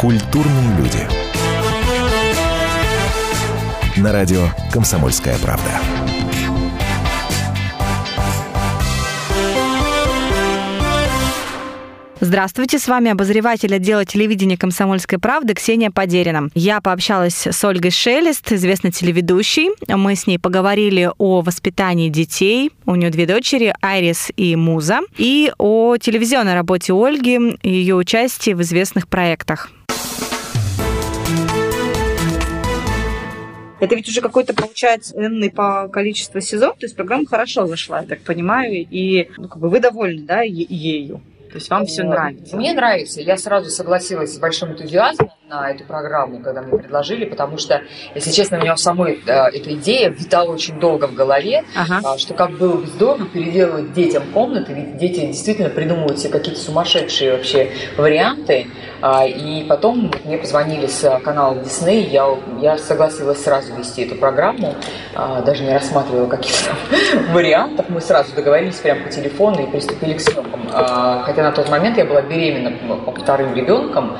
Культурные люди. На радио «Комсомольская правда». Здравствуйте, с вами обозреватель отдела телевидения «Комсомольской правды» Ксения Подерина. Я пообщалась с Ольгой Шелест, известной телеведущей. Мы с ней поговорили о воспитании детей. У нее 2 дочери, Айрис и Муза. И о телевизионной работе Ольги и ее участии в известных проектах. Это ведь уже какой-то, получается, энный по количеству сезонов, то есть программа хорошо зашла, я так понимаю, и вы довольны, да, ею? То есть вам все нравится? Мне нравится. Я сразу согласилась с большим энтузиазмом на эту программу, когда мне предложили, потому что, если честно, у меня у самой эта идея витала очень долго в голове, что как было бы здорово переделывать детям комнаты, ведь дети действительно придумывают себе какие-то сумасшедшие вообще варианты. И потом мне позвонили с канала Disney, я согласилась сразу вести эту программу, даже не рассматривала каких-то вариантов, мы сразу договорились прямо по телефону и приступили к съемкам. Хотя на тот момент я была беременна 2-м ребенком.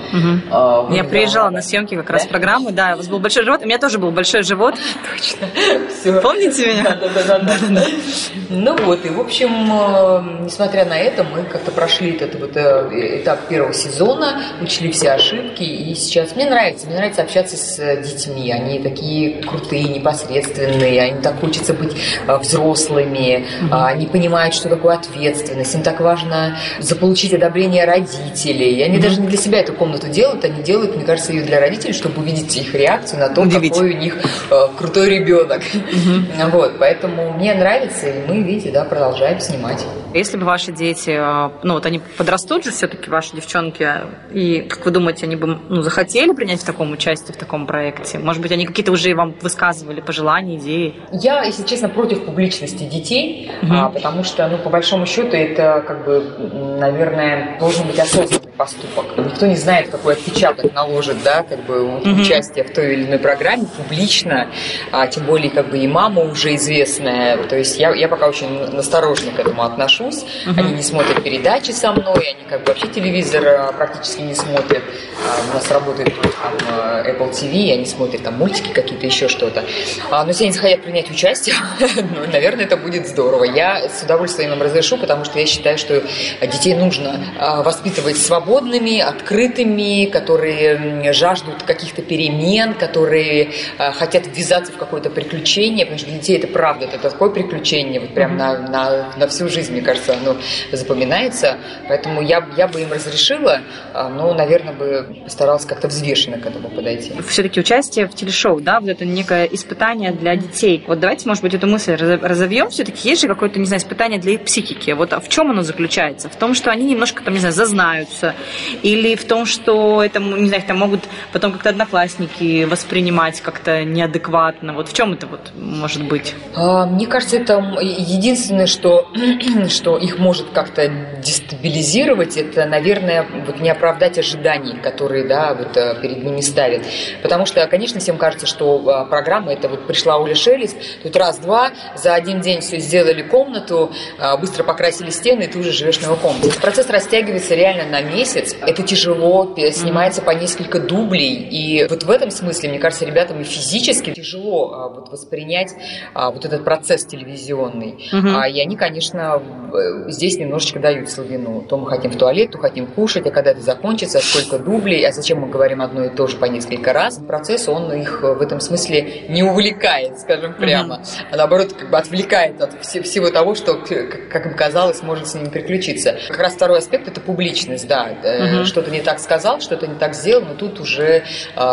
Я приезжала на съемки как раз программы, да, у вас был большой живот, у меня тоже был большой живот. Точно. Все. Помните меня? Да. Ну вот, и в общем, несмотря на это, мы как-то прошли этот вот этап первого сезона, учли все ошибки, и сейчас мне нравится общаться с детьми, они такие крутые, непосредственные, они так учатся быть взрослыми, они понимают, что такое ответственность, им так важно заполучить одобрение родителей, они даже не для себя эту комнату делают, они делают, мне кажется, ее для родителей, чтобы увидеть их реакцию на то, какой у них крутой ребенок. Вот, поэтому мне нравится, и мы, видите, да, продолжаем снимать. Если бы ваши дети, они подрастут же все-таки, ваши девчонки, и, как вы думаете, они бы захотели принять в таком участие, в таком проекте? Может быть, они какие-то уже вам высказывали пожелания, идеи? Я, если честно, против публичности детей, потому что, по большому счету, это, наверное, должен быть осознанный поступок. Никто не знает, какой отпечаток наложит, да, участие в той или иной программе публично, тем более, и мама уже известная. То есть я пока очень настороженно к этому отношусь. Они не смотрят передачи со мной, они вообще телевизор практически не смотрят. У нас работает там Apple TV, они смотрят там мультики какие-то, еще что-то. Но если они захотят принять участие, наверное, это будет здорово. Я с удовольствием им разрешу, потому что я считаю, что детей нужно воспитывать свободными, открытыми, которые жаждут каких-то перемен, которые хотят ввязаться в какое-то приключение, потому что для детей это правда, это такое приключение, вот прям на всю жизнь, мне кажется, оно запоминается. Поэтому я бы им разрешила, но, наверное, бы постаралась как-то взвешенно к этому подойти. Все-таки участие в телешоу, да, вот это некое испытание для детей. Вот давайте, может быть, эту мысль разовьем. Все-таки есть же какое-то, не знаю, испытание для их психики. Вот в чем оно заключается? В том, что они немножко, зазнаются? Или в том, что это, не знаю, их могут потом как-то одноклассники воспринимать как-то неадекватно? Вот в чем это может быть? Мне кажется, это единственное, что их может как-то дестабилизировать, это, наверное, не оправдать ожиданий, которые, перед ними ставят. Потому что, конечно, всем кажется, что программа, это пришла Оля Шелест, тут раз-два, за один день все сделали комнату, быстро покрасили стены, и ты уже живешь в новой комнате. Процесс растягивается реально на месяц. Это тяжело, снимается по несколько дублей. И в этом смысле, мне кажется, ребятам и физически тяжело воспринять этот процесс телевизионный. И они, конечно, здесь немножечко дают слабину. То мы хотим в туалет, то хотим кушать, а когда это закончится, сколько дублей, а зачем мы говорим одно и то же по несколько раз. Процесс, он их в этом смысле не увлекает, скажем прямо, а наоборот отвлекает от всего того, что, как им казалось, может с ними приключиться. Как раз второй аспект – это публичность, да. Что-то не так сказал, что-то не так сделал, но тут уже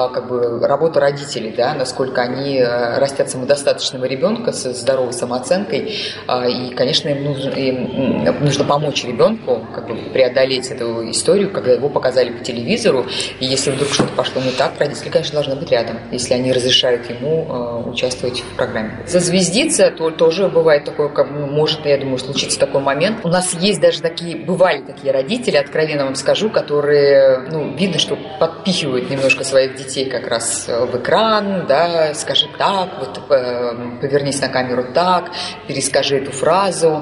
работа родителей, да, насколько они растят самодостаточного ребенка со здоровой самооценкой, и, конечно, им нужно помочь ребенку преодолеть эту историю, когда его показали по телевизору, и если вдруг что-то пошло не так, родители, конечно, должны быть рядом, если они разрешают ему участвовать в программе. Зазвездиться тоже бывает такое, может, я думаю, случиться такой момент. У нас есть даже бывали такие родители, откровенно вам скажу, которые, видно, что подпихивают немножко своих детей как раз в экран, да, скажи так, повернись на камеру так, перескажи эту фразу,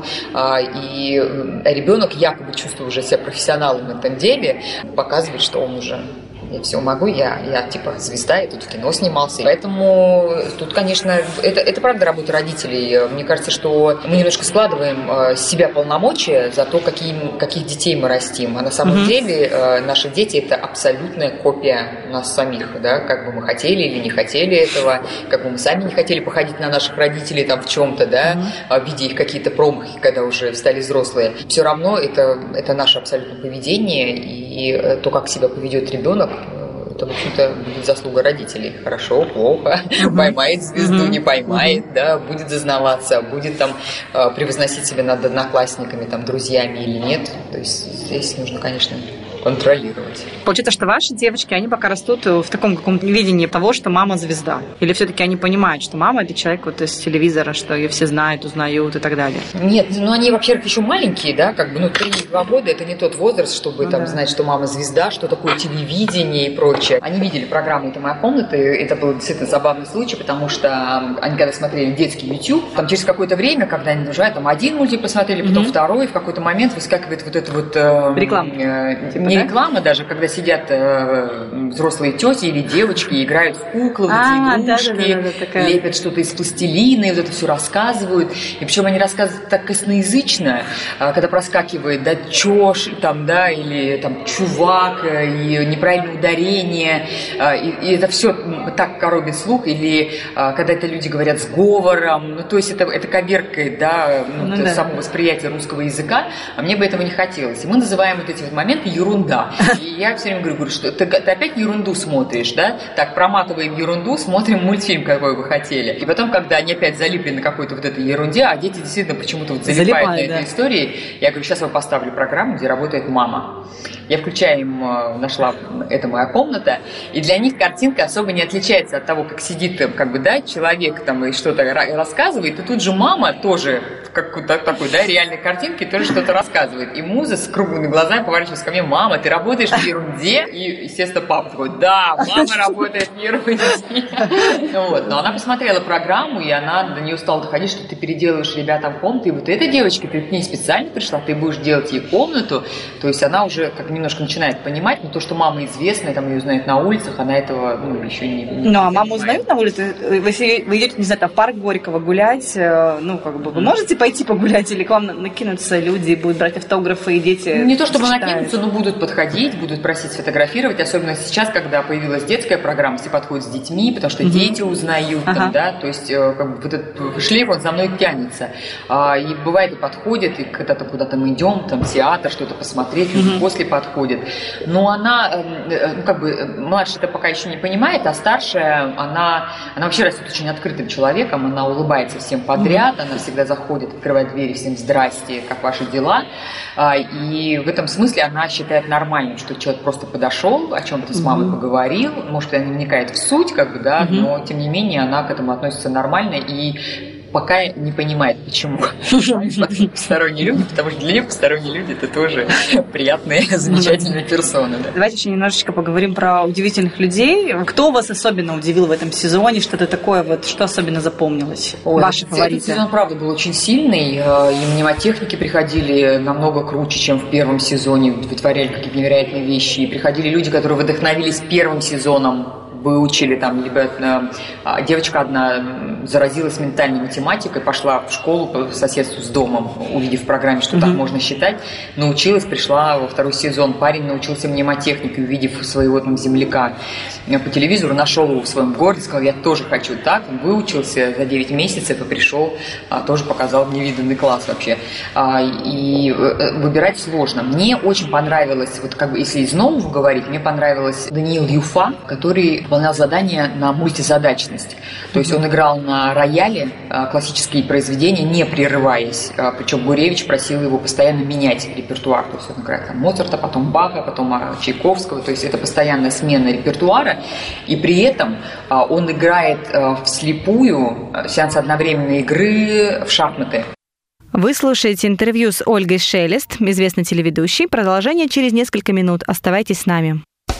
и ребенок, якобы чувствуя уже себя профессионалом в этом деле, показывает, что он уже Я все могу, я типа звезда, я тут в кино снимался. Поэтому тут, конечно, это правда работа родителей. Мне кажется, что мы немножко складываем с себя полномочия за то, каких детей мы растим. А на самом деле наши дети – это абсолютная копия нас самих. Да? Как бы мы хотели или не хотели этого, как бы мы сами не хотели походить на наших родителей там в чем-то, да, видя их какие-то промахи, когда уже стали взрослые. Все равно это наше абсолютно поведение, и то, как себя поведет ребенок, это, в общем-то, будет заслуга родителей. Хорошо, плохо, поймает звезду, не поймает, да, будет зазнаваться, будет там превозносить себя над одноклассниками, там, друзьями или нет. То есть здесь нужно, конечно, контролировать. Получается, что ваши девочки, они пока растут в таком каком-то видении того, что мама звезда? Или все-таки они понимают, что мама – это человек вот из телевизора, что ее все знают, узнают и так далее? Нет, они, во-первых, еще маленькие, да, 3-2 года – это не тот возраст, чтобы знать, что мама звезда, что такое телевидение и прочее. Они видели программу «Это моя комната», и это был действительно забавный случай, потому что они когда смотрели детский YouTube, там через какое-то время, когда они уже там один мультик посмотрели, потом второй, в какой-то момент выскакивает вот это вот… реклама. Не реклама даже, когда сидят взрослые тети или девочки и играют в куклы, игрушки, лепят что-то из пластилина, и вот это все рассказывают. И причем они рассказывают так косноязычно, когда проскакивает, да, чёшь, там, да, или там чувак, и неправильное ударение, и это все так коробит слух, или когда это люди говорят с говором, то есть это коверкает, да, само восприятие русского языка, а мне бы этого не хотелось. И мы называем вот эти вот моменты ерунда. И я все время говорю, что ты опять ерунду смотришь, да? Так, проматываем ерунду, смотрим мультфильм, какой вы хотели. И потом, когда они опять залипли на какой-то вот этой ерунде, а дети действительно почему-то вот залипают на этой истории, я говорю, сейчас я поставлю программу, где работает мама. Я включаю им, нашла «Это моя комната», и для них картинка особо не отличается от того, как сидит человек там и что-то рассказывает, и тут же мама тоже как такой, да, реальной картинки тоже что-то рассказывает. И Муза с круглыми глазами поворачивается ко мне: мама, ты работаешь в ерунде? И, естественно, папа такой: да, мама работает в ерунде. Но она посмотрела программу, и она до нее стала доходить, что ты переделываешь ребятам комнаты, и вот эта девочка, ты к ней специально пришла, ты будешь делать ей комнату. То есть она уже как немножко начинает понимать, но то, что мама известная, там ее знают на улицах, она этого еще не Ну, а маму узнают на улице? Вы идете, не знаю, там в парк Горького гулять, вы можете пойти погулять, или к вам накинутся люди, будут брать автографы, и дети не то чтобы читают? накинутся, но будут подходить, будут просить сфотографировать, особенно сейчас, когда появилась детская программа, все подходят с детьми, потому что дети узнают, там, да, то есть вот этот шлейф, он за мной тянется. И бывает, и подходят, и когда-то куда-то мы идем, там, театр, что-то посмотреть, люди после подходят. Но она, младшая-то пока еще не понимает, а старшая, она вообще растет очень открытым человеком, она улыбается всем подряд, она всегда заходит, открывает двери всем: здрасте, как ваши дела? И в этом смысле она считает нормальным, что человек просто подошел, о чем-то с мамой поговорил, может, она не вникает в суть, но тем не менее она к этому относится нормально и пока не понимает, почему посторонние люди, потому что для нее посторонние люди — это тоже приятные, замечательные персоны. Да. Давайте еще немножечко поговорим про удивительных людей. Кто вас особенно удивил в этом сезоне? Что-то такое, что особенно запомнилось? Ваши фавориты? Этот сезон, правда, был очень сильный, и мнемотехники приходили намного круче, чем в первом сезоне, вытворяли какие-то невероятные вещи, и приходили люди, которые вдохновились первым сезоном, выучили там, либо девочка одна заразилась ментальной математикой, пошла в школу по соседству с домом, увидев в программе, что так можно считать, научилась, пришла во второй сезон. Парень научился мнемотехнике, увидев своего там земляка по телевизору, нашел его в своем городе, сказал: я тоже хочу так. Он выучился за 9 месяцев и пришел, тоже показал невиданный класс вообще. И выбирать сложно. Мне очень понравилось, если из нового говорить, мне понравилось Даниил Юфа, который выполнял задание на мультизадачность. То есть он играл на рояле классические произведения, не прерываясь. Причем Гуревич просил его постоянно менять репертуар. То есть он играет Моцарта, потом Баха, потом Чайковского. То есть это постоянная смена репертуара. И при этом он играет вслепую, сеанс одновременной игры в шахматы. Вы слушаете интервью с Ольгой Шелест, известной телеведущей. Продолжение через несколько минут. Оставайтесь с нами.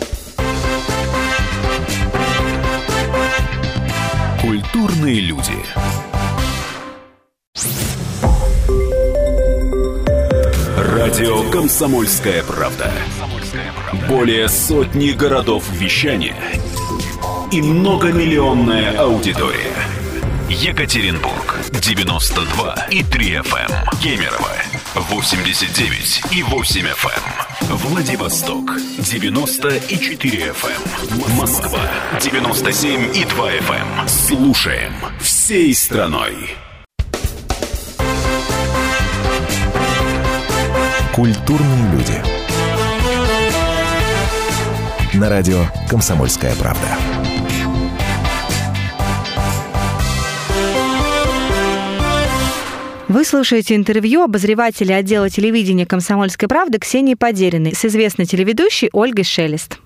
Культурные люди. Радио «Комсомольская правда». Более сотни городов вещания и многомиллионная аудитория. Екатеринбург 92,3 FM. Кемерово 89,8 FM. Владивосток 90,4 FM. Москва 97,2 FM. Слушаем всей страной. Культурные люди. На радио «Комсомольская правда». Вы слушаете интервью обозревателя отдела телевидения «Комсомольской правды» Ксении Подериной с известной телеведущей Ольгой Шелест.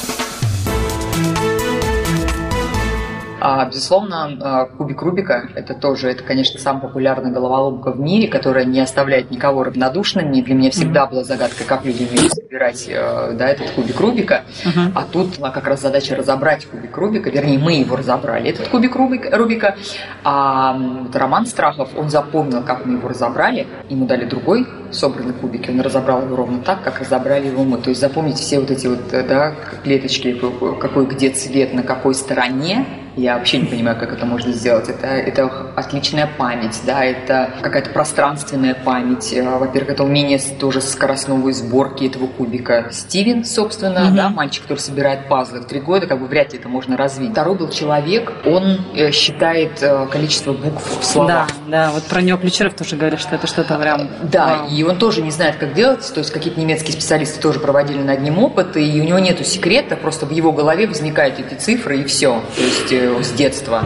Безусловно, кубик Рубика – это, конечно, самая популярная головоломка в мире, которая не оставляет никого равнодушным. И для меня всегда была загадка, как люди умеют собирать этот кубик Рубика. А тут как раз задача разобрать кубик Рубика. Вернее, мы его разобрали, этот кубик Рубика. А Роман Страхов, он запомнил, как мы его разобрали. Ему дали другой собранный кубик, и он разобрал его ровно так, как разобрали его мы. То есть запомнить все вот эти клеточки, какой где цвет, на какой стороне. Я вообще не понимаю, как это можно сделать. Это отличная память, это какая-то пространственная память. Во-первых, это умение тоже скоростной сборки этого кубика. Стивен, собственно, мальчик, который собирает пазлы в 3 года, вряд ли это можно развить. Второй был человек, он считает количество букв в словах. Да, вот про него Ключеров тоже говорят, что это что-то прям... Да, и он тоже не знает, как делать. То есть какие-то немецкие специалисты тоже проводили над ним опыт, и у него нету секрета, просто в его голове возникают эти цифры, и все. То есть с детства,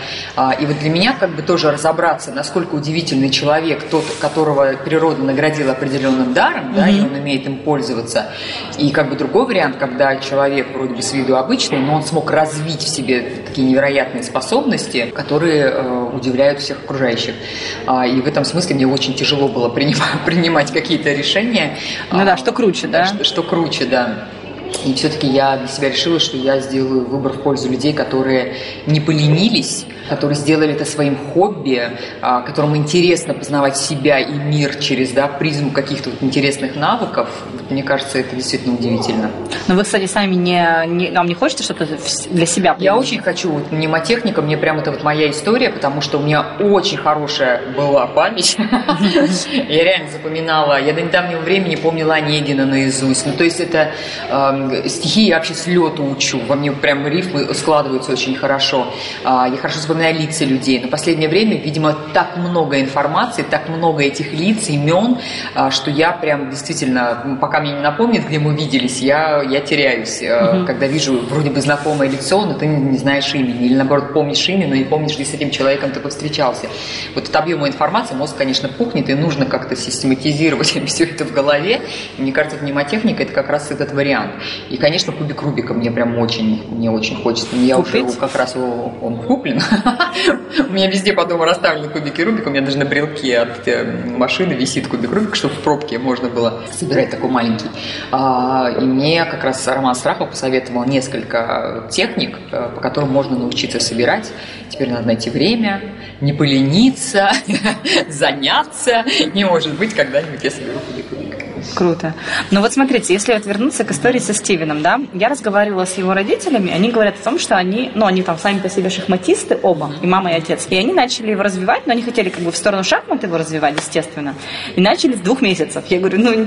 И вот для меня тоже разобраться, насколько удивительный человек, тот, которого природа наградила определенным даром, и он умеет им пользоваться. И другой вариант, когда человек вроде бы с виду обычный, но он смог развить в себе такие невероятные способности, которые удивляют всех окружающих. И в этом смысле мне очень тяжело было принимать какие-то решения. Что круче, Что круче, И все-таки я для себя решила, что я сделаю выбор в пользу людей, которые не поленились, которые сделали это своим хобби, которым интересно познавать себя и мир через призму каких-то интересных навыков. Мне кажется, это действительно удивительно. Но вы, кстати, сами вам не хочется что-то для себя применить? Я очень хочу. Мнемотехника, мне прям это моя история, потому что у меня очень хорошая была память. Я реально запоминала. Я до недавнего времени помнила Онегина наизусть. То есть это стихи я вообще с лету учу. Во мне прям рифмы складываются очень хорошо. Я хорошо запоминаю лица людей. Но в последнее время, видимо, так много информации, так много этих лиц, имен, что я прям действительно, пока мне не напомнит, где мы виделись, я теряюсь. Когда вижу вроде бы знакомое лицо, но ты не знаешь имени. Или наоборот, помнишь имя, но не помнишь, где с этим человеком ты повстречался. Вот от объема информации мозг, конечно, пухнет, и нужно как-то систематизировать все это в голове. И мне кажется, мнемотехника – это как раз этот вариант. И, конечно, кубик Рубика мне очень хочется. Я уже как раз он куплен. У меня везде по дому расставлены кубики Рубика. У меня даже на брелке от машины висит кубик Рубика, чтобы в пробке можно было собирать такой маленький. И мне как раз Роман Страхов посоветовал несколько техник, по которым можно научиться собирать. Теперь надо найти время, не полениться, заняться. И, может быть, когда-нибудь я соберу кубик Рубика. Круто. Но вот смотрите, если вернуться к истории со Стивеном, я разговаривала с его родителями, они говорят о том, что они там сами по себе шахматисты оба, и мама, и отец. И они начали его развивать, но они хотели в сторону шахмат его развивать, естественно. И начали с 2 месяцев. Я говорю,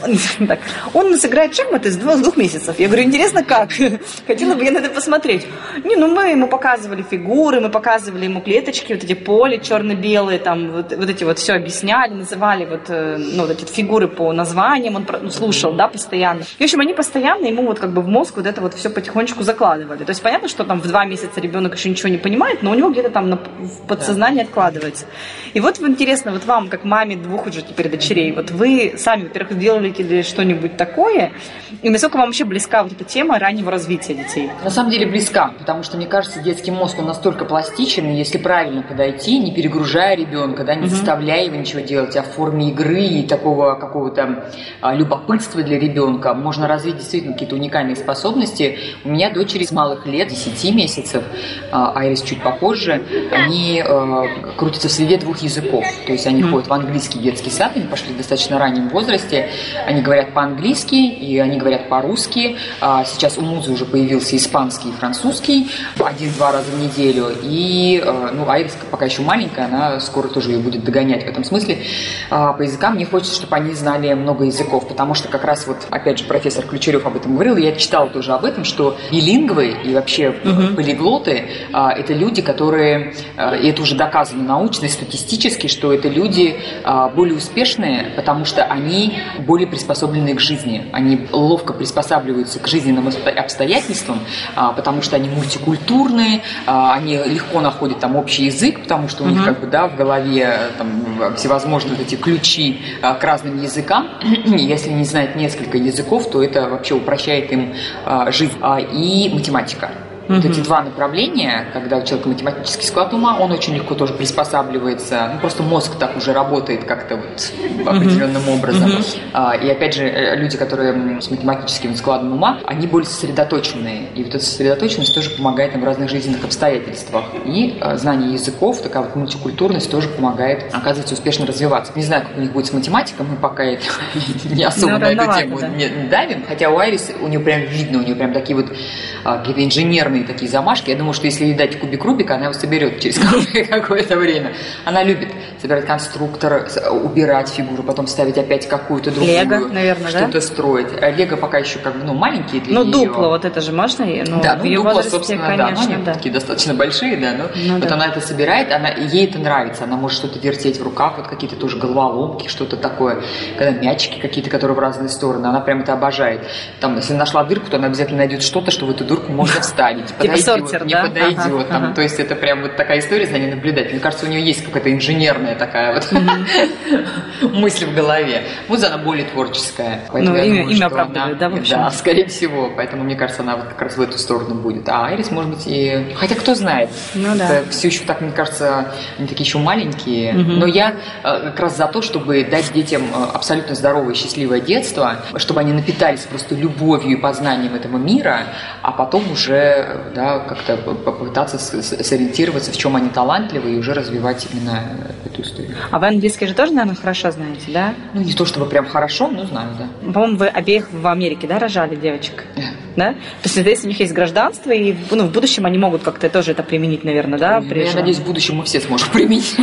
он сыграет шахматы с 2 месяцев. Я говорю, интересно, как? Хотела бы я на это посмотреть. Мы ему показывали фигуры, мы показывали ему клеточки, вот эти поле черно-белые, вот эти все объясняли, называли эти фигуры по названиям, он слушал, постоянно. И, в общем, они постоянно ему в мозг это все потихонечку закладывали. То есть понятно, что в 2 месяца ребенок еще ничего не понимает, но у него где-то в подсознании откладывается. И интересно, вам, как маме 2 уже теперь дочерей, вы сами, во-первых, делали ли что-нибудь такое, и насколько вам вообще близка эта тема раннего развития детей? На самом деле близка, потому что, мне кажется, детский мозг, он настолько пластичен, и если правильно подойти, не перегружая ребенка, не заставляя его ничего делать, а в форме игры и такого какого-то любопытство для ребенка, можно развить действительно какие-то уникальные способности. У меня дочери с малых лет, 10 месяцев, Айрис чуть попозже, они крутятся в среде 2 языков. То есть они ходят в английский детский сад, они пошли в достаточно раннем возрасте, они говорят по-английски и они говорят по-русски. Сейчас у Музы уже появился испанский и французский 1-2 раза в неделю. И Айрис пока еще маленькая, она скоро тоже ее будет догонять в этом смысле. По языкам мне хочется, чтобы они знали много языков, потому что как раз вот, опять же, профессор Ключарев об этом говорил, и я читала тоже об этом, что билингвы и вообще полиглоты – это люди, которые, и это уже доказано научно и статистически, что это люди более успешные, потому что они более приспособлены к жизни, они ловко приспосабливаются к жизненным обстоятельствам, потому что они мультикультурные, они легко находят там общий язык, потому что у них как бы, да, в голове там всевозможные вот эти ключи к разным языкам. Если не знают несколько языков, то это вообще упрощает им жизнь. И математика. Вот эти 2 направления, когда у человека математический склад ума, он очень легко тоже приспосабливается. Просто мозг так уже работает как-то вот определенным образом. И опять же, люди, которые с математическим складом ума, они более сосредоточенные. И вот эта сосредоточенность тоже помогает им в разных жизненных обстоятельствах. И знание языков, такая вот мультикультурность тоже помогает, оказывается, успешно развиваться. Не знаю, как у них будет с математикой, мы пока это не особо на эту тему не давим. Хотя у Айрис, у нее прям видно, у нее прям такие вот какие-то инженерные такие замашки. Я думаю, что если ей дать кубик Рубика, она его соберет через какое-то время. Она любит собирать конструктор, убирать фигуру, потом ставить опять какую-то другую. Лего, наверное, что-то строить. Лего пока еще как бы, маленькие для нее. Дупло, вот это же можно? Да, в ее дупло, возрасте, собственно, конечно, да. Они такие достаточно большие, да. Вот она это собирает, ей это нравится. Она может что-то вертеть в руках, вот какие-то тоже головоломки, что-то такое. Когда мячики какие-то, которые в разные стороны. Она прям это обожает. Там, если нашла дырку, то она обязательно найдет что-то, что в эту дырку можно вставить. Подойдет, сортир, не подойдет. То есть это прям вот такая история за ней наблюдать. Мне кажется, у нее есть какая-то инженерная такая вот мысль в голове. Муза, она более творческая. Имя оправдывает, да, в общем? Да, скорее всего. Поэтому, мне кажется, она вот как раз в эту сторону будет. А Айрис, может быть, и... Хотя, кто знает. Все еще так, мне кажется, они такие еще маленькие. Но я как раз за то, чтобы дать детям абсолютно здоровое и счастливое детство, чтобы они напитались просто любовью и познанием этого мира, а потом уже, да, как-то попытаться сориентироваться, в чем они талантливы, и уже развивать именно эту историю. А вы английский же тоже, наверное, хорошо знаете, да? Не то чтобы прям хорошо, но знаю, да. По-моему, вы обеих в Америке, да, рожали девочек? Да? То есть, если у них есть гражданство, и в будущем они могут как-то тоже это применить, наверное, да? Я надеюсь, в будущем мы все сможем применить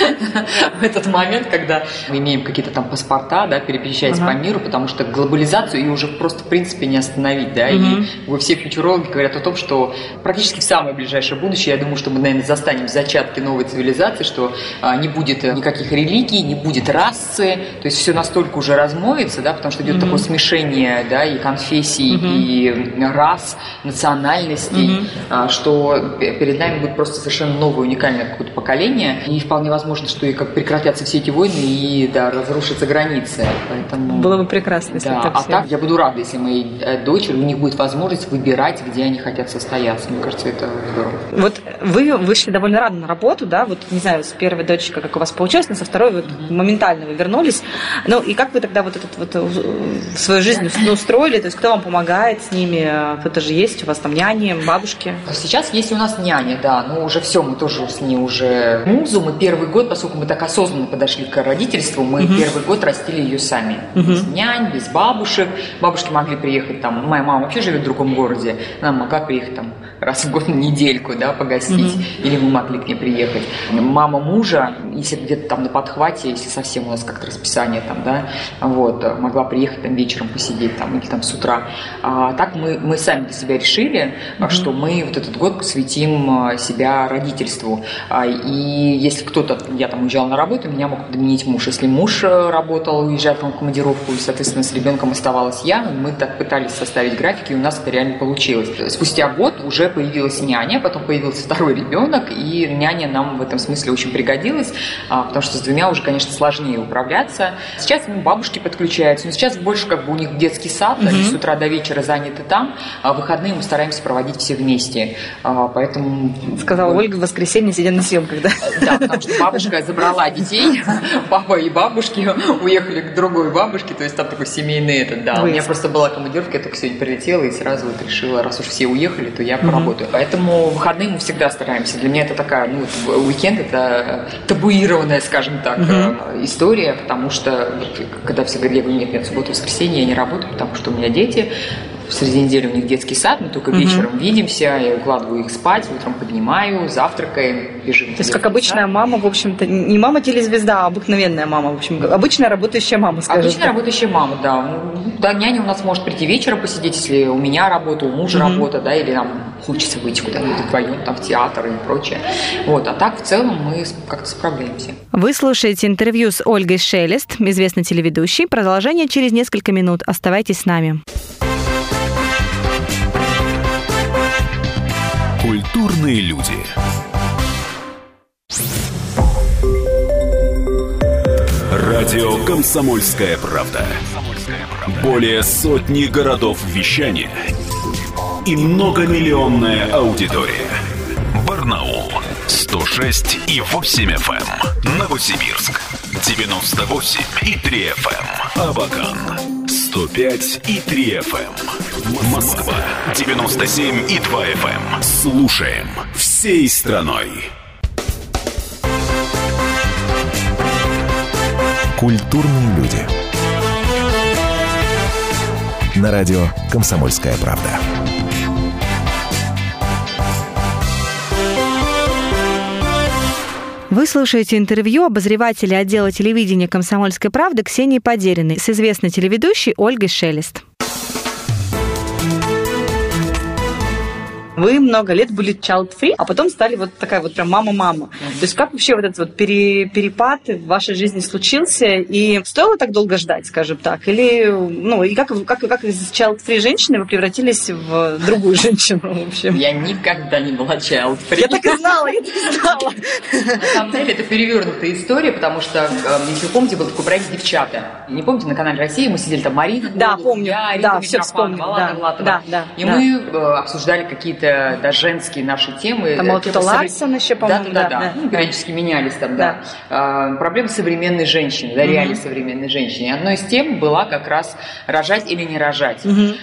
в этот момент, когда мы имеем какие-то там паспорта, да, перемещаясь по миру, потому что глобализацию ее уже просто в принципе не остановить, да, и все фьючерологи говорят о том, что практически в самое ближайшее будущее, я думаю, что мы, наверное, застанем зачатки новой цивилизации, что не будет никаких религий, не будет расы, то есть все настолько уже размоется, да, потому что идет такое смешение, да, и конфессий, и рас, национальностей, что перед нами будет просто совершенно новое, уникальное какое-то поколение, и вполне возможно, что и как прекратятся все эти войны, и, да, разрушатся границы. Поэтому... Было бы прекрасно, если так все. Так я буду рада, если мои дочери, у них будет возможность выбирать, где они хотят состояться. Мне кажется, это здорово. Вот вы вышли довольно рано на работу, да, вот, не знаю, с первой дочкой, как у вас получилось, но со второй вот моментально вы вернулись. Ну, и как вы тогда вот этот вот свою жизнь устроили, то есть кто вам помогает с ними, кто-то же есть, у вас там няни, бабушки? Сейчас есть у нас няня, да, но уже все, мы тоже с ней уже Музу, мы первый год, поскольку мы так осознанно подошли к родительству, мы первый год растили ее сами. Без нянь, без бабушек. Бабушки могли приехать там, моя мама вообще живет в другом городе, она могла приехать там раз в год на недельку, да, погостить, или мы могли к ней приехать. Мама мужа, если где-то там на подхвате, если совсем у нас как-то расписание там, да, вот, могла приехать там вечером посидеть там, или там с утра. А так мы сами для себя решили, что мы вот этот год посвятим себя родительству. И если кто-то, я там уезжала на работу, меня мог подменить муж. Если муж работал, уезжал в командировку, и, соответственно, с ребенком оставалась я, мы так пытались составить график, и у нас это реально получилось. Спустя год уже появилась няня, потом появился второй ребенок, и няня нам в этом смысле очень пригодилась, потому что с двумя уже, конечно, сложнее управляться. Сейчас бабушки подключаются, но сейчас больше как бы у них детский сад, они с утра до вечера заняты там, там, а выходные мы стараемся проводить все вместе. Поэтому... Сказала Ольга, в воскресенье сидя на съемках, да? Да, потому что бабушка забрала детей, папа и бабушки уехали к другой бабушке, то есть там такой семейный этот, да. У меня просто была командировка, я только сегодня прилетела и сразу вот решила, раз уж все уехали, то я поработаю. Поэтому в выходные мы всегда стараемся. Для меня это такая, уикенд это табуированная, скажем так, история, потому что когда все говорят, я говорю, нет, в субботу, воскресенье я не работаю, потому что у меня дети. Среди недели у них детский сад, мы только вечером видимся, я укладываю их спать, утром поднимаю, завтракаем, бежим. То есть, как обычная мама, в общем-то, не мама-телезвезда, а обыкновенная мама, в общем, обычная работающая мама, скажем. Обычная работающая мама, да. Да, няня у нас может прийти вечером посидеть, если у меня работа, у мужа работа, да, или нам хочется выйти куда-нибудь вдвоем, там, в театр и прочее. Вот, а так, в целом, мы как-то справляемся. Вы слушаете интервью с Ольгой Шелест, известной телеведущей. Продолжение через несколько минут. Оставайтесь с нами. Культурные люди. Радио «Комсомольская правда». Более сотни городов вещания и многомиллионная аудитория. Барнаул 106,8 FM. Новосибирск 98,3 FM. Абакан 105,3 FM. Москва 97,2 FM. Слушаем всей страной. Культурные люди. На радио «Комсомольская правда». Вы слушаете интервью обозревателя отдела телевидения «Комсомольской правды» Ксении Подериной с известной телеведущей Ольгой Шелест. Вы много лет были child-free, а потом стали вот такая вот прям мама-мама. То есть как вообще вот этот вот перепад в вашей жизни случился? И стоило так долго ждать, скажем так? Или, и как из child-free женщины вы превратились в другую женщину, в общем? Я никогда не была child-free. Я так и знала. На самом деле это перевернутая история, потому что, если вы помните, был такой проект «Девчата». Не помните, на канале «Россия» мы сидели там, Марина, да, помню, я, да, все вспомнила, да. И мы обсуждали какие-то женские наши темы. Там вот Ларсон еще, по-моему. Да. Периодически менялись там, да. Проблемы современной женщины, да, реалии современной женщины. И одной из тем была как раз рожать или не рожать.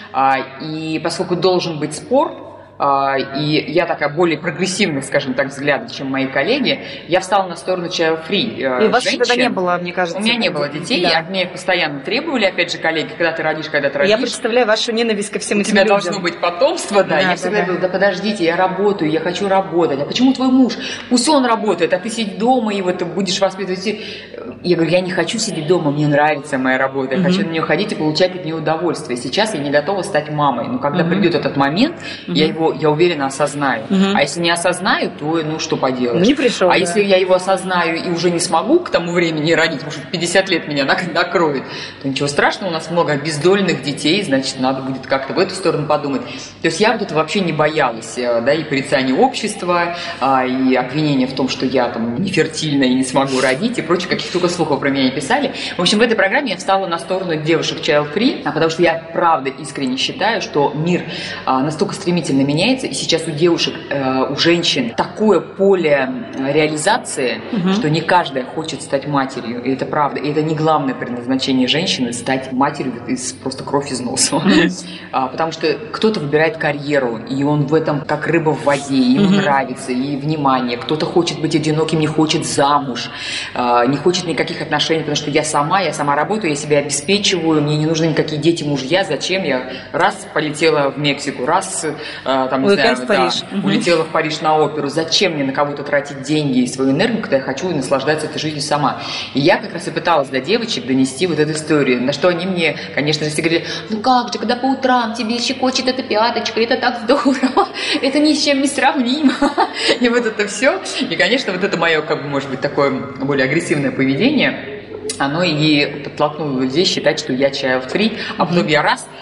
И поскольку должен быть спор, и я такая более прогрессивных, скажем так, взглядов, чем мои коллеги, я встала на сторону child-free. И у вас тогда не было, мне кажется. У меня не было детей, от меня их постоянно требовали, опять же, коллеги, когда ты родишь. Я представляю вашу ненависть ко всем этим людям. У тебя должно быть потомство, да. Я всегда говорила, подождите, я работаю, я хочу работать. А почему твой муж? Пусть он работает, а ты сидишь дома и вот будешь воспитывать. Я говорю, я не хочу сидеть дома, мне нравится моя работа, я хочу на нее ходить и получать от нее удовольствие. Сейчас я не готова стать мамой, но когда придет этот момент, я уверенно осознаю. А если не осознаю, то что поделать? Не пришел. А если я его осознаю и уже не смогу к тому времени родить, потому что 50 лет меня накроет, то ничего страшного, у нас много обездоленных детей, значит, надо будет как-то в эту сторону подумать. То есть я вот это вообще не боялась, да, и порицания общества, и обвинения в том, что я там нефертильна и не смогу родить, и прочее, каких только слухов про меня не писали. В общем, в этой программе я встала на сторону девушек child-free, потому что я правда искренне считаю, что мир настолько стремительно меняется, и сейчас у девушек, у женщин такое поле реализации, что не каждая хочет стать матерью, и это правда. И это не главное предназначение женщины — стать матерью из просто кровь из носа. Потому что кто-то выбирает карьеру, и он в этом как рыба в воде, ему нравится, и внимание. Кто-то хочет быть одиноким, не хочет замуж, не хочет никаких отношений, потому что я сама работаю, я себя обеспечиваю, мне не нужны никакие дети, мужья, зачем? Я раз полетела в Мексику, раз там, не знаю, улетела в Париж на оперу. Зачем мне на кого-то тратить деньги и свою энергию, когда я хочу наслаждаться этой жизнью сама? И я как раз и пыталась до девочек донести вот эту историю, на что они мне, конечно же, все говорили, как же, когда по утрам тебе щекочет эта пяточка, это так здорово, это ни с чем не сравнимо. И вот это все. И, конечно, вот это мое, может быть, такое более агрессивное поведение, оно и подтолкнуло людей считать, что я child-free, а потом я раз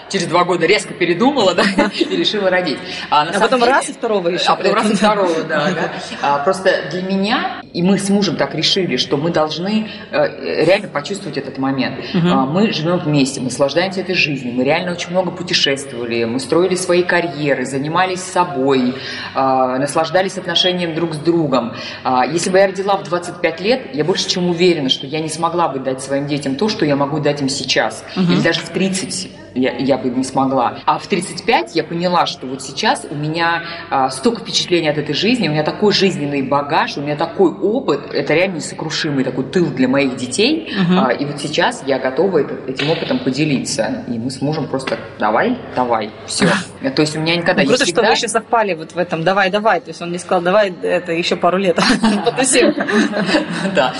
через 2 года резко передумала, да, и решила родить. А потом раз и второго еще. А потом раз и второго, да. Просто для меня, и мы с мужем так решили, что мы должны реально почувствовать этот момент. Мы живем вместе, мы наслаждаемся этой жизнью, мы реально очень много путешествовали, мы строили свои карьеры, занимались собой, наслаждались отношением друг с другом. Если бы я родила в 25 лет, я больше чем уверена, что я не смогла бы дать своим детям то, что я могу дать им сейчас. Или даже в 30 я бы не смогла. А в 35 я поняла, что вот сейчас у меня столько впечатлений от этой жизни, у меня такой жизненный багаж, у меня такой опыт, это реально несокрушимый такой тыл для моих детей. И вот сейчас я готова этим опытом поделиться. И мы с мужем просто давай, все. То есть у меня никогда круто, что вы еще совпали вот в этом давай. То есть он не сказал, давай это еще пару лет потусим. Да.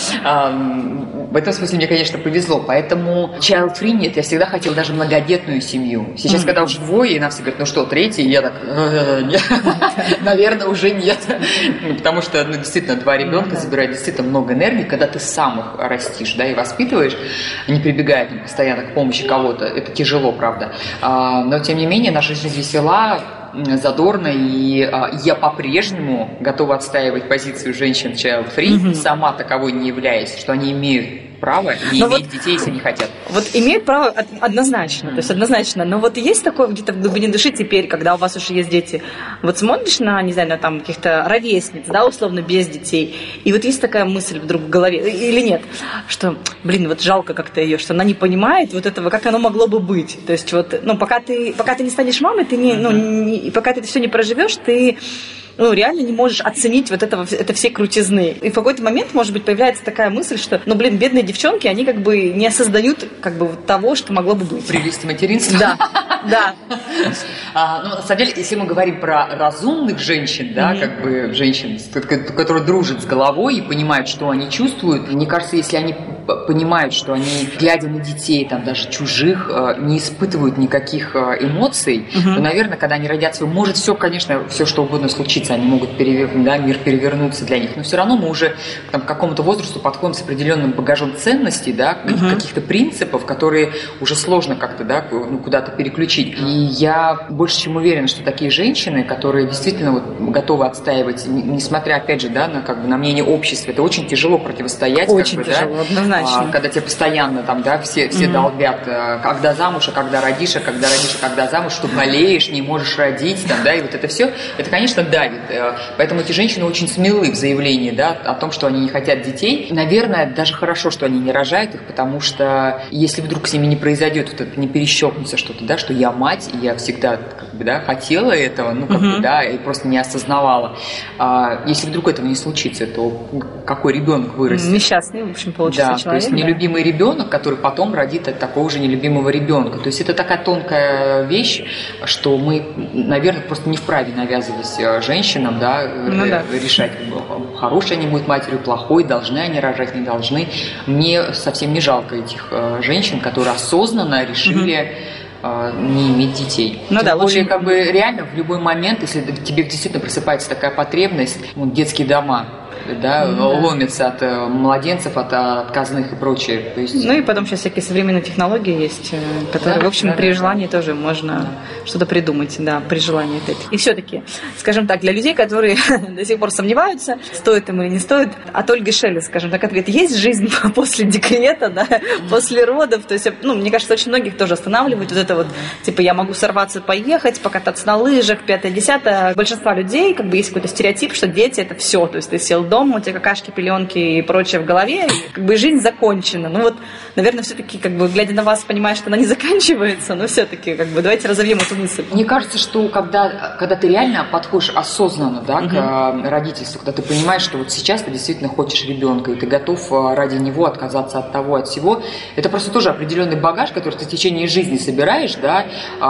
В этом смысле мне, конечно, повезло. Поэтому child-free нет, я всегда хотела даже многодетную семью. Сейчас, когда уже 2, и нам все говорят, ну что, 3, я так, нет, наверное, уже нет. Потому что, действительно, 2 ребенка забирают действительно много энергии, когда ты сам их растишь, да, и воспитываешь, не прибегая постоянно к помощи кого-то. Это тяжело, правда. Но, тем не менее, наша жизнь весела, задорно, и я по-прежнему готова отстаивать позицию женщин child-free, сама таковой не являясь, что они имеют право не иметь детей, если не хотят. Вот имеют право однозначно, то есть однозначно, но вот есть такое где-то в глубине души теперь, когда у вас уже есть дети, вот смотришь на, не знаю, на там каких-то ровесниц, да, условно, без детей, и вот есть такая мысль вдруг в голове, или нет, что, вот жалко как-то ее, что она не понимает вот этого, как оно могло бы быть, то есть вот, пока ты не станешь мамой, ты пока ты это все не проживешь, ты реально не можешь оценить вот это все крутизны. И в какой-то момент, может быть, появляется такая мысль, что, бедные девчонки, они как бы не осознают того, что могло бы быть. Прелесть материнства. Да. На самом деле, если мы говорим про разумных женщин, да, женщин, которые дружат с головой и понимают, что они чувствуют, мне кажется, если они понимают, что они, глядя на детей, там, даже чужих, не испытывают никаких эмоций, то, наверное, когда они родятся, может все, конечно, все что угодно случиться, они могут мир перевернуться для них, но все равно мы уже к какому-то возрасту подходим с определенным багажом ценностей, да, каких-то принципов, которые уже сложно как-то, да, куда-то переключить. И я больше чем уверена, что такие женщины, которые действительно готовы отстаивать, несмотря, опять же, да, на мнение общества, это очень тяжело противостоять. Очень тяжело, однозначно. Когда тебе постоянно там, да, все долбят, когда замуж, а когда родишь, а когда замуж, что болеешь, не можешь родить, там, да, и вот это все, это, конечно, давит. Поэтому эти женщины очень смелы в заявлении, да, о том, что они не хотят детей. Наверное, даже хорошо, что они не рожают их, потому что если вдруг с ними не произойдет вот это, не перещелкнется что-то, да, что я мать, и я всегда хотела этого, да, и просто не осознавала. Если вдруг этого не случится, то какой ребенок вырастет? Несчастный, в общем, получится человек. То есть нелюбимый ребенок, который потом родит от такого же нелюбимого ребенка. То есть это такая тонкая вещь, что мы, наверное, просто не вправе навязывать женщинам, да, решать, хорошей они будут матерью, плохой, должны они рожать, не должны. Мне совсем не жалко этих женщин, которые осознанно решили не иметь детей. Тем более, реально в любой момент, если тебе действительно просыпается такая потребность, детские дома, да, ломятся от младенцев, от отказных и прочее. То есть... и потом сейчас всякие современные технологии есть, которые, в общем, при желании тоже можно что-то придумать, да, при желании опять. И все-таки, скажем так, для людей, которые до сих пор сомневаются, стоит им или не стоит, от Ольги Шелест, скажем так, ответ: есть жизнь после декрета, да, после родов, то есть, мне кажется, очень многих тоже останавливает вот это вот, типа, я могу сорваться, поехать, покататься на лыжах, 5-10. Большинство людей, есть какой-то стереотип, что дети — это все, то есть ты сел дома, у тебя какашки, пеленки и прочее в голове, и жизнь закончена. Наверное, все-таки, глядя на вас, понимаешь, что она не заканчивается, но все-таки, давайте разовьем эту мысль. Мне кажется, что когда ты реально подходишь осознанно, да, к родительству, когда ты понимаешь, что вот сейчас ты действительно хочешь ребенка, и ты готов ради него отказаться от того, от всего, это просто тоже определенный багаж, который ты в течение жизни собираешь, да,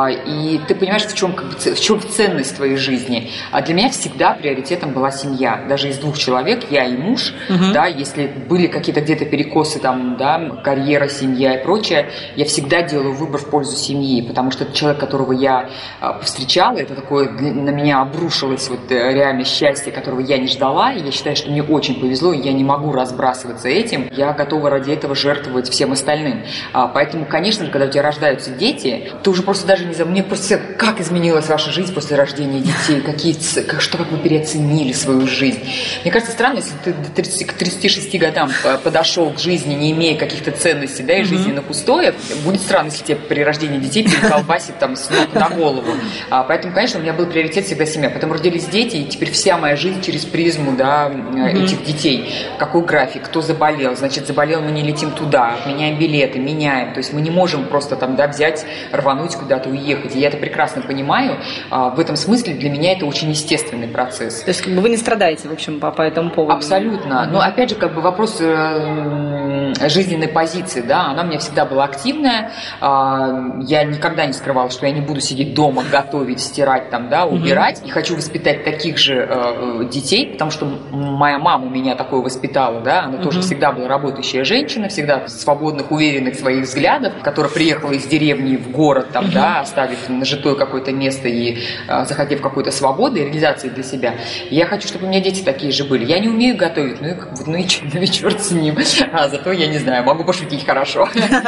и ты понимаешь, в чем ценность твоей жизни. А для меня всегда приоритетом была семья. Даже из 2 человек человек, я и муж, да, если были какие-то где-то перекосы, там, да, карьера, семья и прочее, я всегда делаю выбор в пользу семьи, потому что это человек, которого я повстречала, это такое на меня обрушилось вот реально счастье, которого я не ждала, и я считаю, что мне очень повезло, и я не могу разбрасываться этим, я готова ради этого жертвовать всем остальным. Поэтому, конечно же, когда у тебя рождаются дети, ты уже просто даже не знаю, мне просто как изменилась ваша жизнь после рождения детей, как вы переоценили свою жизнь. Мне кажется, странно, если ты к 36 годам подошел к жизни, не имея каких-то ценностей, да, и жизненных устоев, будет странно, если тебе при рождении детей переколбасит там с ног на голову. Поэтому, конечно, у меня был приоритет всегда семья. Потом родились дети, и теперь вся моя жизнь через призму, да, этих детей. Какой график, кто заболел, значит, заболел, мы не летим туда, меняем билеты, меняем. То есть мы не можем просто там, да, взять, рвануть куда-то, уехать. И я это прекрасно понимаю. В этом смысле для меня это очень естественный процесс. То есть как бы вы не страдаете, в общем, по этому поводу? Абсолютно. Но опять же, как бы вопрос жизненной позиции, да, она у меня всегда была активная. Я никогда не скрывала, что я не буду сидеть дома, готовить, стирать, там, да, убирать. И хочу воспитать таких же детей, потому что моя мама меня такое воспитала, да, она тоже всегда была работающая женщина, всегда свободных, уверенных своих взглядов, которая приехала из деревни в город, там, да, оставив нажитое какое-то место и захотев какой-то свободы и реализации для себя. Я хочу, чтобы у меня дети такие же были. Я не умею готовить, ну и черт с ним. Зато я не знаю, могу пошутить хорошо.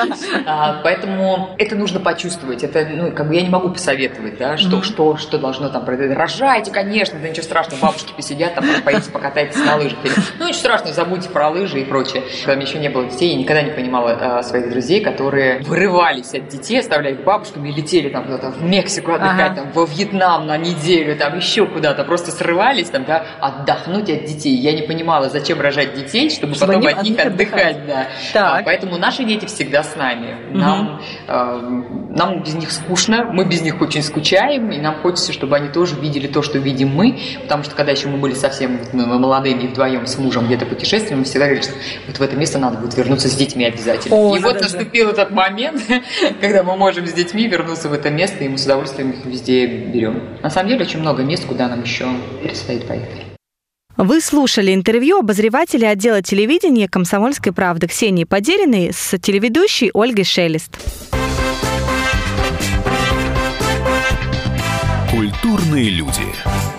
Поэтому это нужно почувствовать. Это, ну, как бы я не могу посоветовать, да, что должно там произойти. Рожайте, конечно, да ничего страшного, бабушки посидят, там поедете, покатайтесь на лыжах. Ну, ничего страшного, забудьте про лыжи и прочее. Когда у меня еще не было детей, я никогда не понимала своих друзей, которые вырывались от детей, оставляя их бабушками и летели там куда-то в Мексику отдыхать, там, во Вьетнам на неделю, там еще куда-то, просто срывались там, да, отдохнуть от детей. Я не понимала, зачем рожать детей, чтобы потом от них отдыхать, да. Поэтому наши дети всегда с нами. Нам без них скучно, мы без них очень скучаем, и нам хочется, чтобы они тоже видели то, что видим мы, потому что когда еще мы были совсем молодыми вдвоем с мужем где-то путешествуем, мы всегда говорили, что вот в это место надо будет вернуться с детьми обязательно. И вот наступил этот момент, когда мы можем с детьми вернуться в это место, и мы с удовольствием их везде берем. На самом деле очень много мест, куда нам еще предстоит поехать. Вы слушали интервью обозревателя отдела телевидения «Комсомольской правды» Ксении Подериной с телеведущей Ольгой Шелест. Культурные люди.